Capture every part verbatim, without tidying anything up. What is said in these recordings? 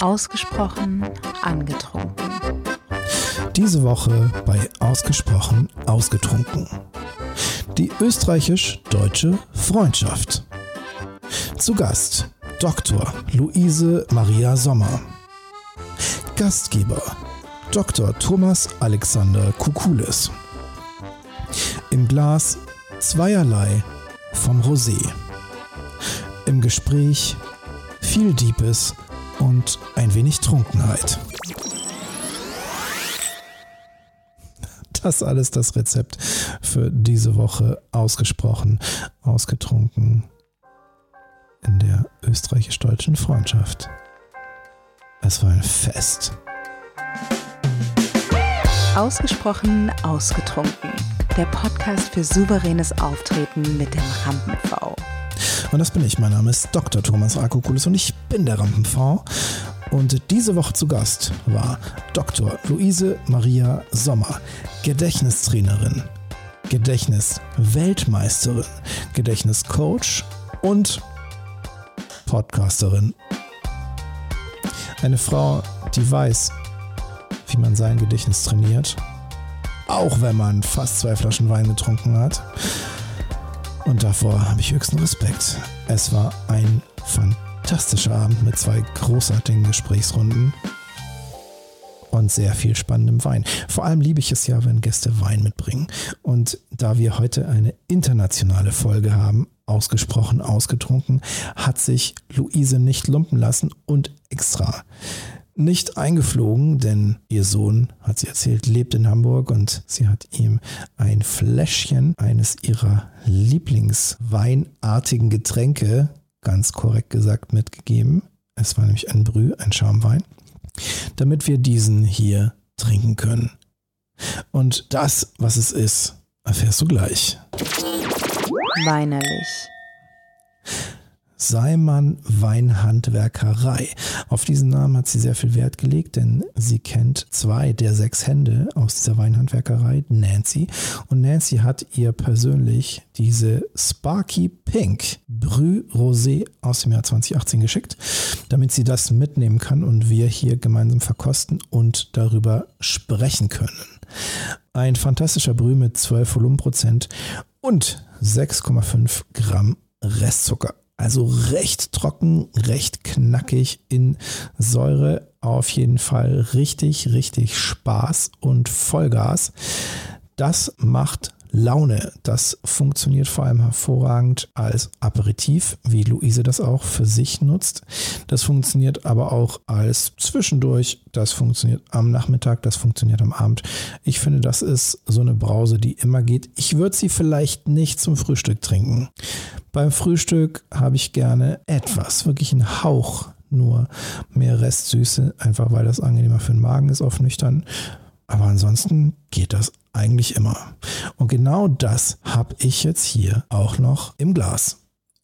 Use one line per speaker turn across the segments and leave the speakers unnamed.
Ausgesprochen angetrunken.
Diese Woche bei Ausgesprochen ausgetrunken. Die österreichisch-deutsche Freundschaft. Zu Gast Doktor Luise Maria Sommer. Gastgeber Doktor Thomas Alexander Kukulis. Im Glas zweierlei vom Rosé. Im Gespräch viel Diebes und ein wenig Trunkenheit. Das alles das Rezept für diese Woche ausgesprochen, ausgetrunken in der österreichisch-deutschen Freundschaft. Es war ein Fest.
Ausgesprochen ausgetrunken. Der Podcast für souveränes Auftreten mit dem Rampen-V.
Und das bin ich. Mein Name ist Doktor Thomas Kukulis und ich bin der Rampen-V. Und diese Woche zu Gast war Doktor Luise Maria Sommer, Gedächtnistrainerin, Gedächtnisweltmeisterin, Gedächtniscoach und Podcasterin. Eine Frau, die weiß, wie man sein Gedächtnis trainiert, auch wenn man fast zwei Flaschen Wein getrunken hat. Und davor habe ich höchsten Respekt. Es war ein fantastischer Abend mit zwei großartigen Gesprächsrunden und sehr viel spannendem Wein. Vor allem liebe ich es ja, wenn Gäste Wein mitbringen. Und da wir heute eine internationale Folge haben, ausgesprochen ausgetrunken, hat sich Luise nicht lumpen lassen und extra nicht eingeflogen, denn ihr Sohn, hat sie erzählt, lebt in Hamburg und sie hat ihm ein Fläschchen eines ihrer Lieblingsweinartigen Getränke, ganz korrekt gesagt, mitgegeben. Es war nämlich ein Brü, ein Schaumwein, damit wir diesen hier trinken können. Und das, was es ist, erfährst du gleich.
Weinerlich.
Seimann Weinhandwerkerei. Auf diesen Namen hat sie sehr viel Wert gelegt, denn sie kennt zwei der sechs Hände aus dieser Weinhandwerkerei, Nancy. Und Nancy hat ihr persönlich diese Sparky Pink Brü Rosé aus dem Jahr zwanzig achtzehn geschickt, damit sie das mitnehmen kann und wir hier gemeinsam verkosten und darüber sprechen können. Ein fantastischer Brü mit zwölf Volumenprozent und sechs Komma fünf Gramm Restzucker. Also recht trocken, recht knackig in Säure. Auf jeden Fall richtig, richtig Spaß und Vollgas. Das macht Laune. Das funktioniert vor allem hervorragend als Aperitif, wie Luise das auch für sich nutzt. Das funktioniert aber auch als Zwischendurch. Das funktioniert am Nachmittag, das funktioniert am Abend. Ich finde, das ist so eine Brause, die immer geht. Ich würde sie vielleicht nicht zum Frühstück trinken. Beim Frühstück habe ich gerne etwas, wirklich einen Hauch nur mehr Restsüße, einfach weil das angenehmer für den Magen ist auf nüchtern. Aber ansonsten geht das eigentlich immer. Und genau das habe ich jetzt hier auch noch im Glas.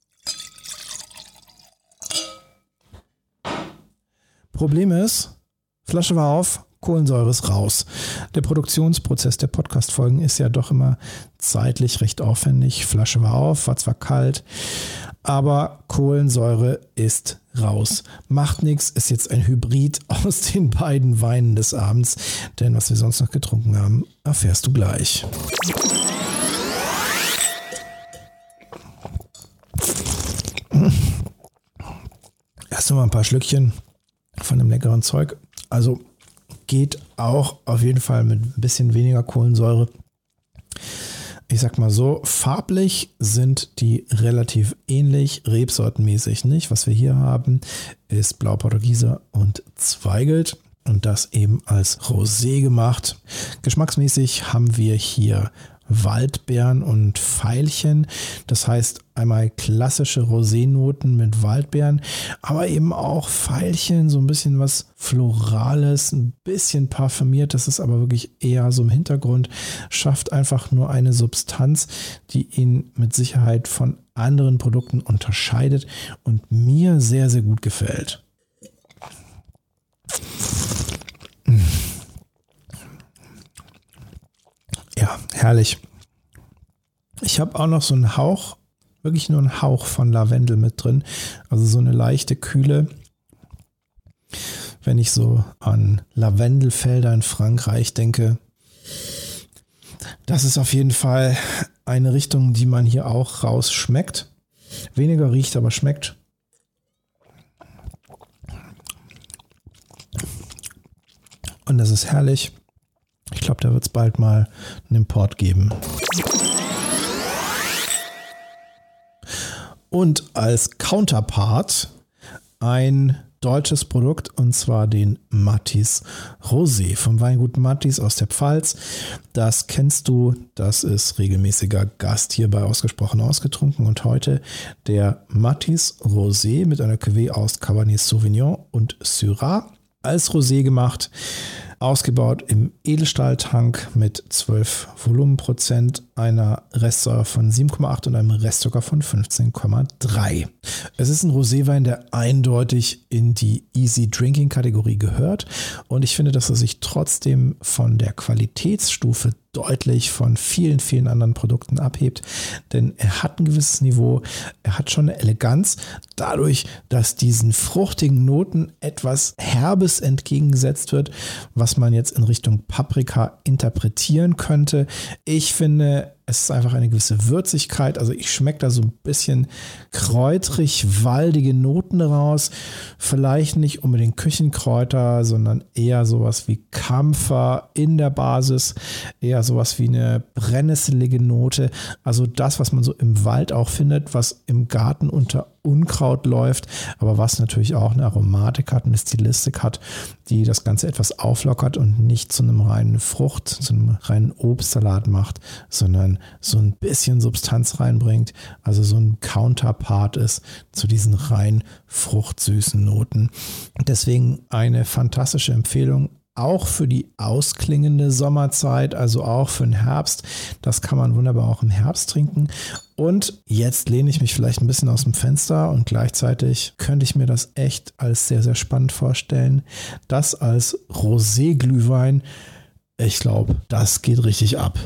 Problem ist, Flasche war auf, Kohlensäure ist raus. Der Produktionsprozess der Podcast-Folgen ist ja doch immer zeitlich recht aufwendig. Flasche war auf, war zwar kalt, aber Kohlensäure ist raus. Macht nichts, ist jetzt ein Hybrid aus den beiden Weinen des Abends. Denn was wir sonst noch getrunken haben, erfährst du gleich. Erst mal ein paar Schlückchen von dem leckeren Zeug. Also geht auch auf jeden Fall mit ein bisschen weniger Kohlensäure. Ich sag mal so, farblich sind die relativ ähnlich, rebsortenmäßig nicht. Was wir hier haben, ist Blauportugieser und Zweigelt und das eben als Rosé gemacht. Geschmacksmäßig haben wir hier Waldbeeren und Veilchen. Das heißt einmal klassische Rosé-Noten mit Waldbeeren, aber eben auch Veilchen, so ein bisschen was Florales, ein bisschen parfümiert. Das ist aber wirklich eher so im Hintergrund. Schafft einfach nur eine Substanz, die ihn mit Sicherheit von anderen Produkten unterscheidet und mir sehr, sehr gut gefällt. Ja, herrlich. Ich habe auch noch so einen Hauch, wirklich nur einen Hauch von Lavendel mit drin. Also so eine leichte Kühle. wenn ich so an Lavendelfelder in Frankreich denke. Das ist auf jeden Fall eine Richtung, die man hier auch rausschmeckt. Weniger riecht, aber schmeckt. Und das ist herrlich. Ich glaube, da wird es bald mal einen Import geben. Und als Counterpart ein deutsches Produkt, und zwar den Mattis Rosé vom Weingut Mattis aus der Pfalz. Das kennst du, das ist regelmäßiger Gast hier bei Ausgesprochen Ausgetrunken, und heute der Mattis Rosé mit einer Cuvée aus Cabernet Sauvignon und Syrah als Rosé gemacht. Ausgebaut im Edelstahltank mit zwölf Volumenprozent, einer Restsäure von sieben Komma acht und einem Restzucker von fünfzehn Komma drei. Es ist ein Roséwein, der eindeutig in die Easy Drinking Kategorie gehört, und ich finde, dass er sich trotzdem von der Qualitätsstufe deutlich von vielen, vielen anderen Produkten abhebt, denn er hat ein gewisses Niveau, er hat schon eine Eleganz, dadurch, dass diesen fruchtigen Noten etwas Herbes entgegengesetzt wird, was man jetzt in Richtung Paprika interpretieren könnte. Ich finde, es ist einfach eine gewisse Würzigkeit, also ich schmecke da so ein bisschen kräutrig-waldige Noten raus, vielleicht nicht unbedingt Küchenkräuter, sondern eher sowas wie Kampfer in der Basis, eher sowas wie eine brennnesselige Note, also das, was man so im Wald auch findet, was im Garten unter Unkraut läuft, aber was natürlich auch eine Aromatik hat, eine Stilistik hat, die das Ganze etwas auflockert und nicht zu einem reinen Frucht, zu einem reinen Obstsalat macht, sondern so ein bisschen Substanz reinbringt, also so ein Counterpart ist zu diesen rein fruchtsüßen Noten. Deswegen eine fantastische Empfehlung, auch für die ausklingende Sommerzeit, also auch für den Herbst. Das kann man wunderbar auch im Herbst trinken. Und jetzt lehne ich mich vielleicht ein bisschen aus dem Fenster, und gleichzeitig könnte ich mir das echt als sehr, sehr spannend vorstellen. Das als Rosé-Glühwein, ich glaube, das geht richtig ab.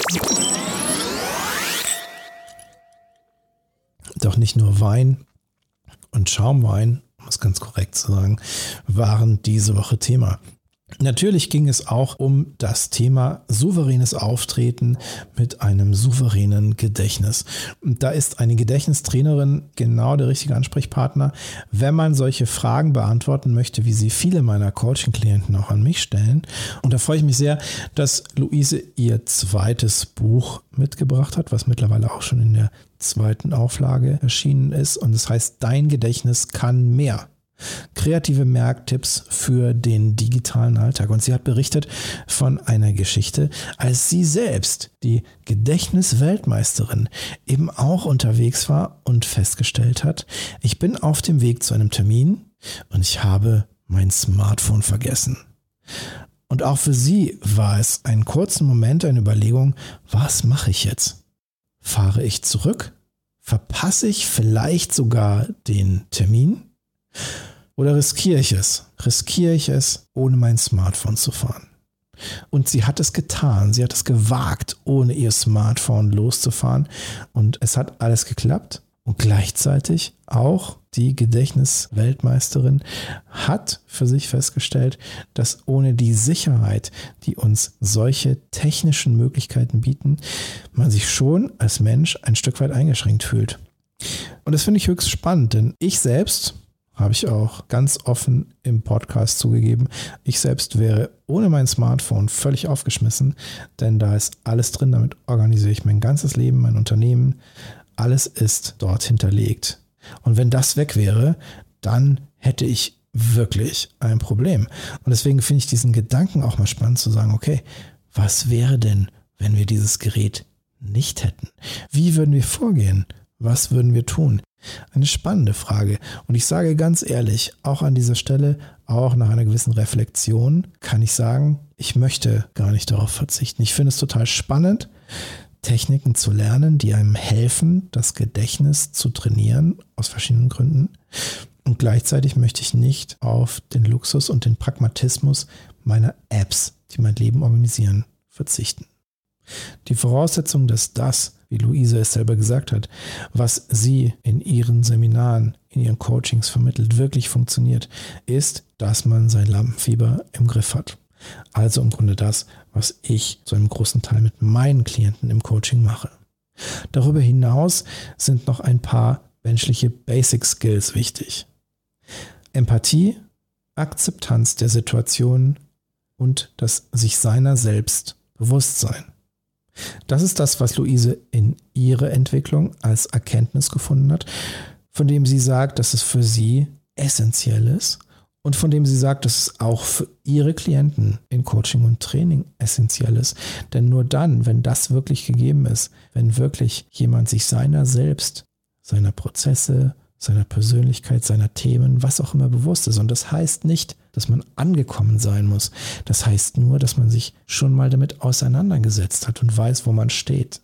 Doch nicht nur Wein und Schaumwein, um es ganz korrekt zu sagen, waren diese Woche Thema. Natürlich ging es auch um das Thema souveränes Auftreten mit einem souveränen Gedächtnis. Und da ist eine Gedächtnistrainerin genau der richtige Ansprechpartner, wenn man solche Fragen beantworten möchte, wie sie viele meiner Coaching-Klienten auch an mich stellen. Und da freue ich mich sehr, dass Luise ihr zweites Buch mitgebracht hat, was mittlerweile auch schon in der zweiten Auflage erschienen ist. Und es heißt, Dein Gedächtnis kann mehr. Kreative Merktipps für den digitalen Alltag. Und sie hat berichtet von einer Geschichte, als sie selbst, die Gedächtnisweltmeisterin, eben auch unterwegs war und festgestellt hat, ich bin auf dem Weg zu einem Termin und ich habe mein Smartphone vergessen. Und auch für sie war es einen kurzen Moment eine Überlegung, was mache ich jetzt? Fahre ich zurück? Verpasse ich vielleicht sogar den Termin? Oder riskiere ich es? Riskiere ich es, ohne mein Smartphone zu fahren? Und sie hat es getan. Sie hat es gewagt, ohne ihr Smartphone loszufahren. Und es hat alles geklappt. Und gleichzeitig auch die Gedächtnisweltmeisterin hat für sich festgestellt, dass ohne die Sicherheit, die uns solche technischen Möglichkeiten bieten, man sich schon als Mensch ein Stück weit eingeschränkt fühlt. Und das finde ich höchst spannend, denn ich selbst, habe ich auch ganz offen im Podcast zugegeben, ich selbst wäre ohne mein Smartphone völlig aufgeschmissen, denn da ist alles drin, damit organisiere ich mein ganzes Leben, mein Unternehmen, alles ist dort hinterlegt. Und wenn das weg wäre, dann hätte ich wirklich ein Problem. Und deswegen finde ich diesen Gedanken auch mal spannend zu sagen, okay, was wäre denn, wenn wir dieses Gerät nicht hätten? Wie würden wir vorgehen? Was würden wir tun? Eine spannende Frage. Und ich sage ganz ehrlich, auch an dieser Stelle, auch nach einer gewissen Reflexion, kann ich sagen, ich möchte gar nicht darauf verzichten. Ich finde es total spannend, Techniken zu lernen, die einem helfen, das Gedächtnis zu trainieren, aus verschiedenen Gründen. Und gleichzeitig möchte ich nicht auf den Luxus und den Pragmatismus meiner Apps, die mein Leben organisieren, verzichten. Die Voraussetzung, dass das, wie Luise es selber gesagt hat, was sie in ihren Seminaren, in ihren Coachings vermittelt, wirklich funktioniert, ist, dass man sein Lampenfieber im Griff hat. Also im Grunde das, was ich zu einem großen Teil mit meinen Klienten im Coaching mache. Darüber hinaus sind noch ein paar menschliche Basic Skills wichtig. Empathie, Akzeptanz der Situation und das sich seiner selbst Bewusstsein. Das ist das, was Luise in ihrer Entwicklung als Erkenntnis gefunden hat, von dem sie sagt, dass es für sie essentiell ist und von dem sie sagt, dass es auch für ihre Klienten in Coaching und Training essentiell ist. Denn nur dann, wenn das wirklich gegeben ist, wenn wirklich jemand sich seiner selbst, seiner Prozesse, seiner Persönlichkeit, seiner Themen, was auch immer bewusst ist. Und das heißt nicht, dass man angekommen sein muss. Das heißt nur, dass man sich schon mal damit auseinandergesetzt hat und weiß, wo man steht.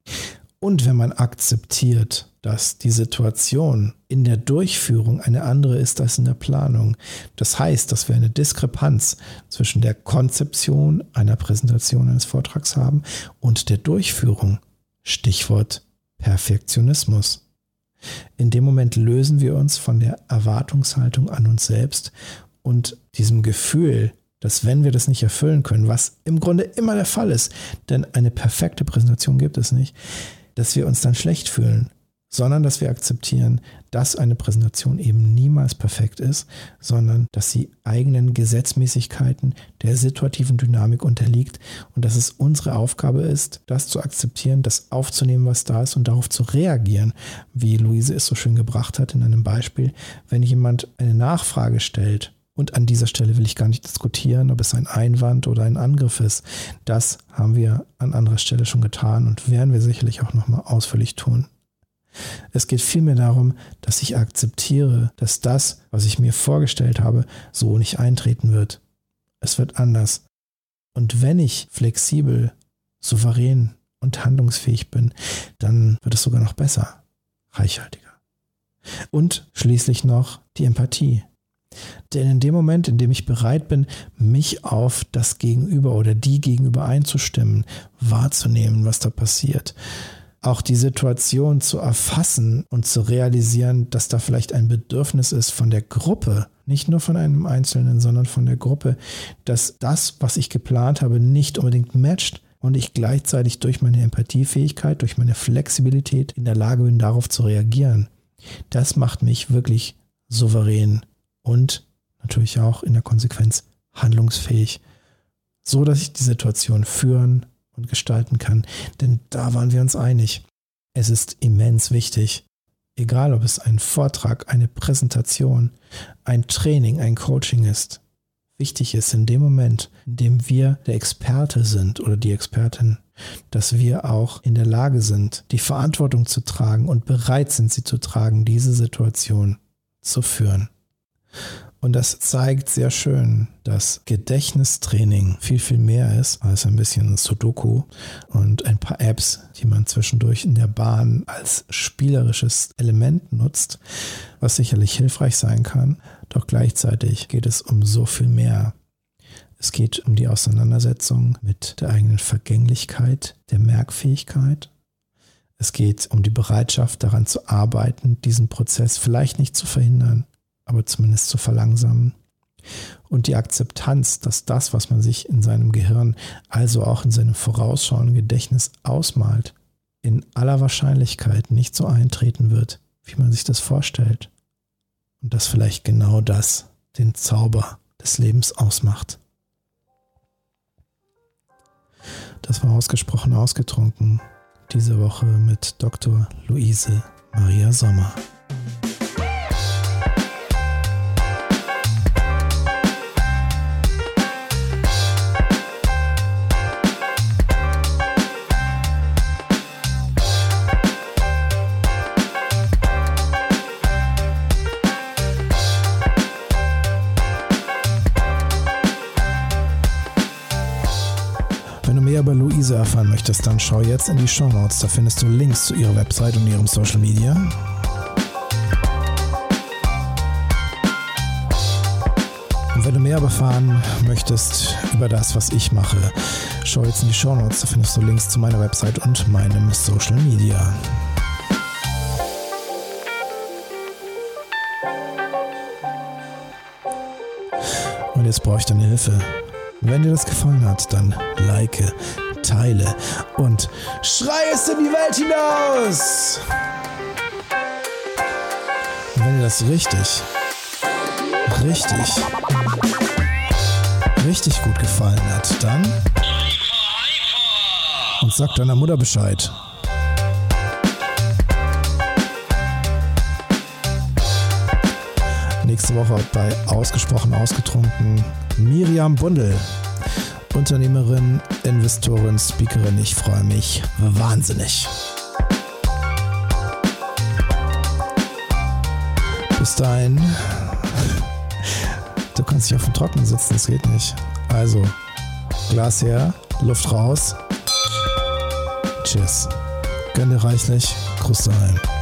Und wenn man akzeptiert, dass die Situation in der Durchführung eine andere ist als in der Planung. Das heißt, dass wir eine Diskrepanz zwischen der Konzeption einer Präsentation eines Vortrags haben und der Durchführung. Stichwort Perfektionismus. In dem Moment lösen wir uns von der Erwartungshaltung an uns selbst und diesem Gefühl, dass wenn wir das nicht erfüllen können, was im Grunde immer der Fall ist, denn eine perfekte Präsentation gibt es nicht, dass wir uns dann schlecht fühlen, sondern dass wir akzeptieren, dass eine Präsentation eben niemals perfekt ist, sondern dass sie eigenen Gesetzmäßigkeiten der situativen Dynamik unterliegt und dass es unsere Aufgabe ist, das zu akzeptieren, das aufzunehmen, was da ist und darauf zu reagieren, wie Luise es so schön gebracht hat in einem Beispiel, wenn jemand eine Nachfrage stellt. Und an dieser Stelle will ich gar nicht diskutieren, ob es ein Einwand oder ein Angriff ist. Das haben wir an anderer Stelle schon getan und werden wir sicherlich auch nochmal ausführlich tun. Es geht vielmehr darum, dass ich akzeptiere, dass das, was ich mir vorgestellt habe, so nicht eintreten wird. Es wird anders. Und wenn ich flexibel, souverän und handlungsfähig bin, dann wird es sogar noch besser, reichhaltiger. Und schließlich noch die Empathie. Denn in dem Moment, in dem ich bereit bin, mich auf das Gegenüber oder die Gegenüber einzustimmen, wahrzunehmen, was da passiert, auch die Situation zu erfassen und zu realisieren, dass da vielleicht ein Bedürfnis ist von der Gruppe, nicht nur von einem Einzelnen, sondern von der Gruppe, dass das, was ich geplant habe, nicht unbedingt matcht und ich gleichzeitig durch meine Empathiefähigkeit, durch meine Flexibilität in der Lage bin, darauf zu reagieren. Das macht mich wirklich souverän und natürlich auch in der Konsequenz handlungsfähig, so dass ich die Situation führen und gestalten kann. Denn da waren wir uns einig. Es ist immens wichtig, egal ob es ein Vortrag, eine Präsentation, ein Training, ein Coaching ist. Wichtig ist in dem Moment, in dem wir der Experte sind oder die Expertin, dass wir auch in der Lage sind, die Verantwortung zu tragen und bereit sind, sie zu tragen, diese Situation zu führen. Und das zeigt sehr schön, dass Gedächtnistraining viel, viel mehr ist als ein bisschen Sudoku und ein paar Apps, die man zwischendurch in der Bahn als spielerisches Element nutzt, was sicherlich hilfreich sein kann. Doch gleichzeitig geht es um so viel mehr. Es geht um die Auseinandersetzung mit der eigenen Vergänglichkeit, der Merkfähigkeit. Es geht um die Bereitschaft, daran zu arbeiten, diesen Prozess vielleicht nicht zu verhindern, aber zumindest zu verlangsamen. Und die Akzeptanz, dass das, was man sich in seinem Gehirn, also auch in seinem vorausschauenden Gedächtnis ausmalt, in aller Wahrscheinlichkeit nicht so eintreten wird, wie man sich das vorstellt. Und dass vielleicht genau das den Zauber des Lebens ausmacht. Das war ausgesprochen ausgetrunken. Diese Woche mit Doktor Luise Maria Sommer. Wenn du mehr über Luise erfahren möchtest, dann schau jetzt in die Shownotes. Da findest du Links zu ihrer Website und ihrem Social Media. Und wenn du mehr erfahren möchtest über das, was ich mache, schau jetzt in die Shownotes. Da findest du Links zu meiner Website und meinem Social Media. jetzt brauche ich deine Hilfe. Wenn dir das gefallen hat, dann like, teile und schrei es in die Welt hinaus! Und wenn dir das richtig, richtig, richtig gut gefallen hat, dann und sag deiner Mutter Bescheid. Nächste Woche bei Ausgesprochen Ausgetrunken Miriam Bundel, Unternehmerin, Investorin, Speakerin. Ich freue mich wahnsinnig. Bis dahin, du kannst dich auf dem Trockenen sitzen, das geht nicht. Also, Glas her, Luft raus. Tschüss. Gönn dir reichlich. Gruß daheim.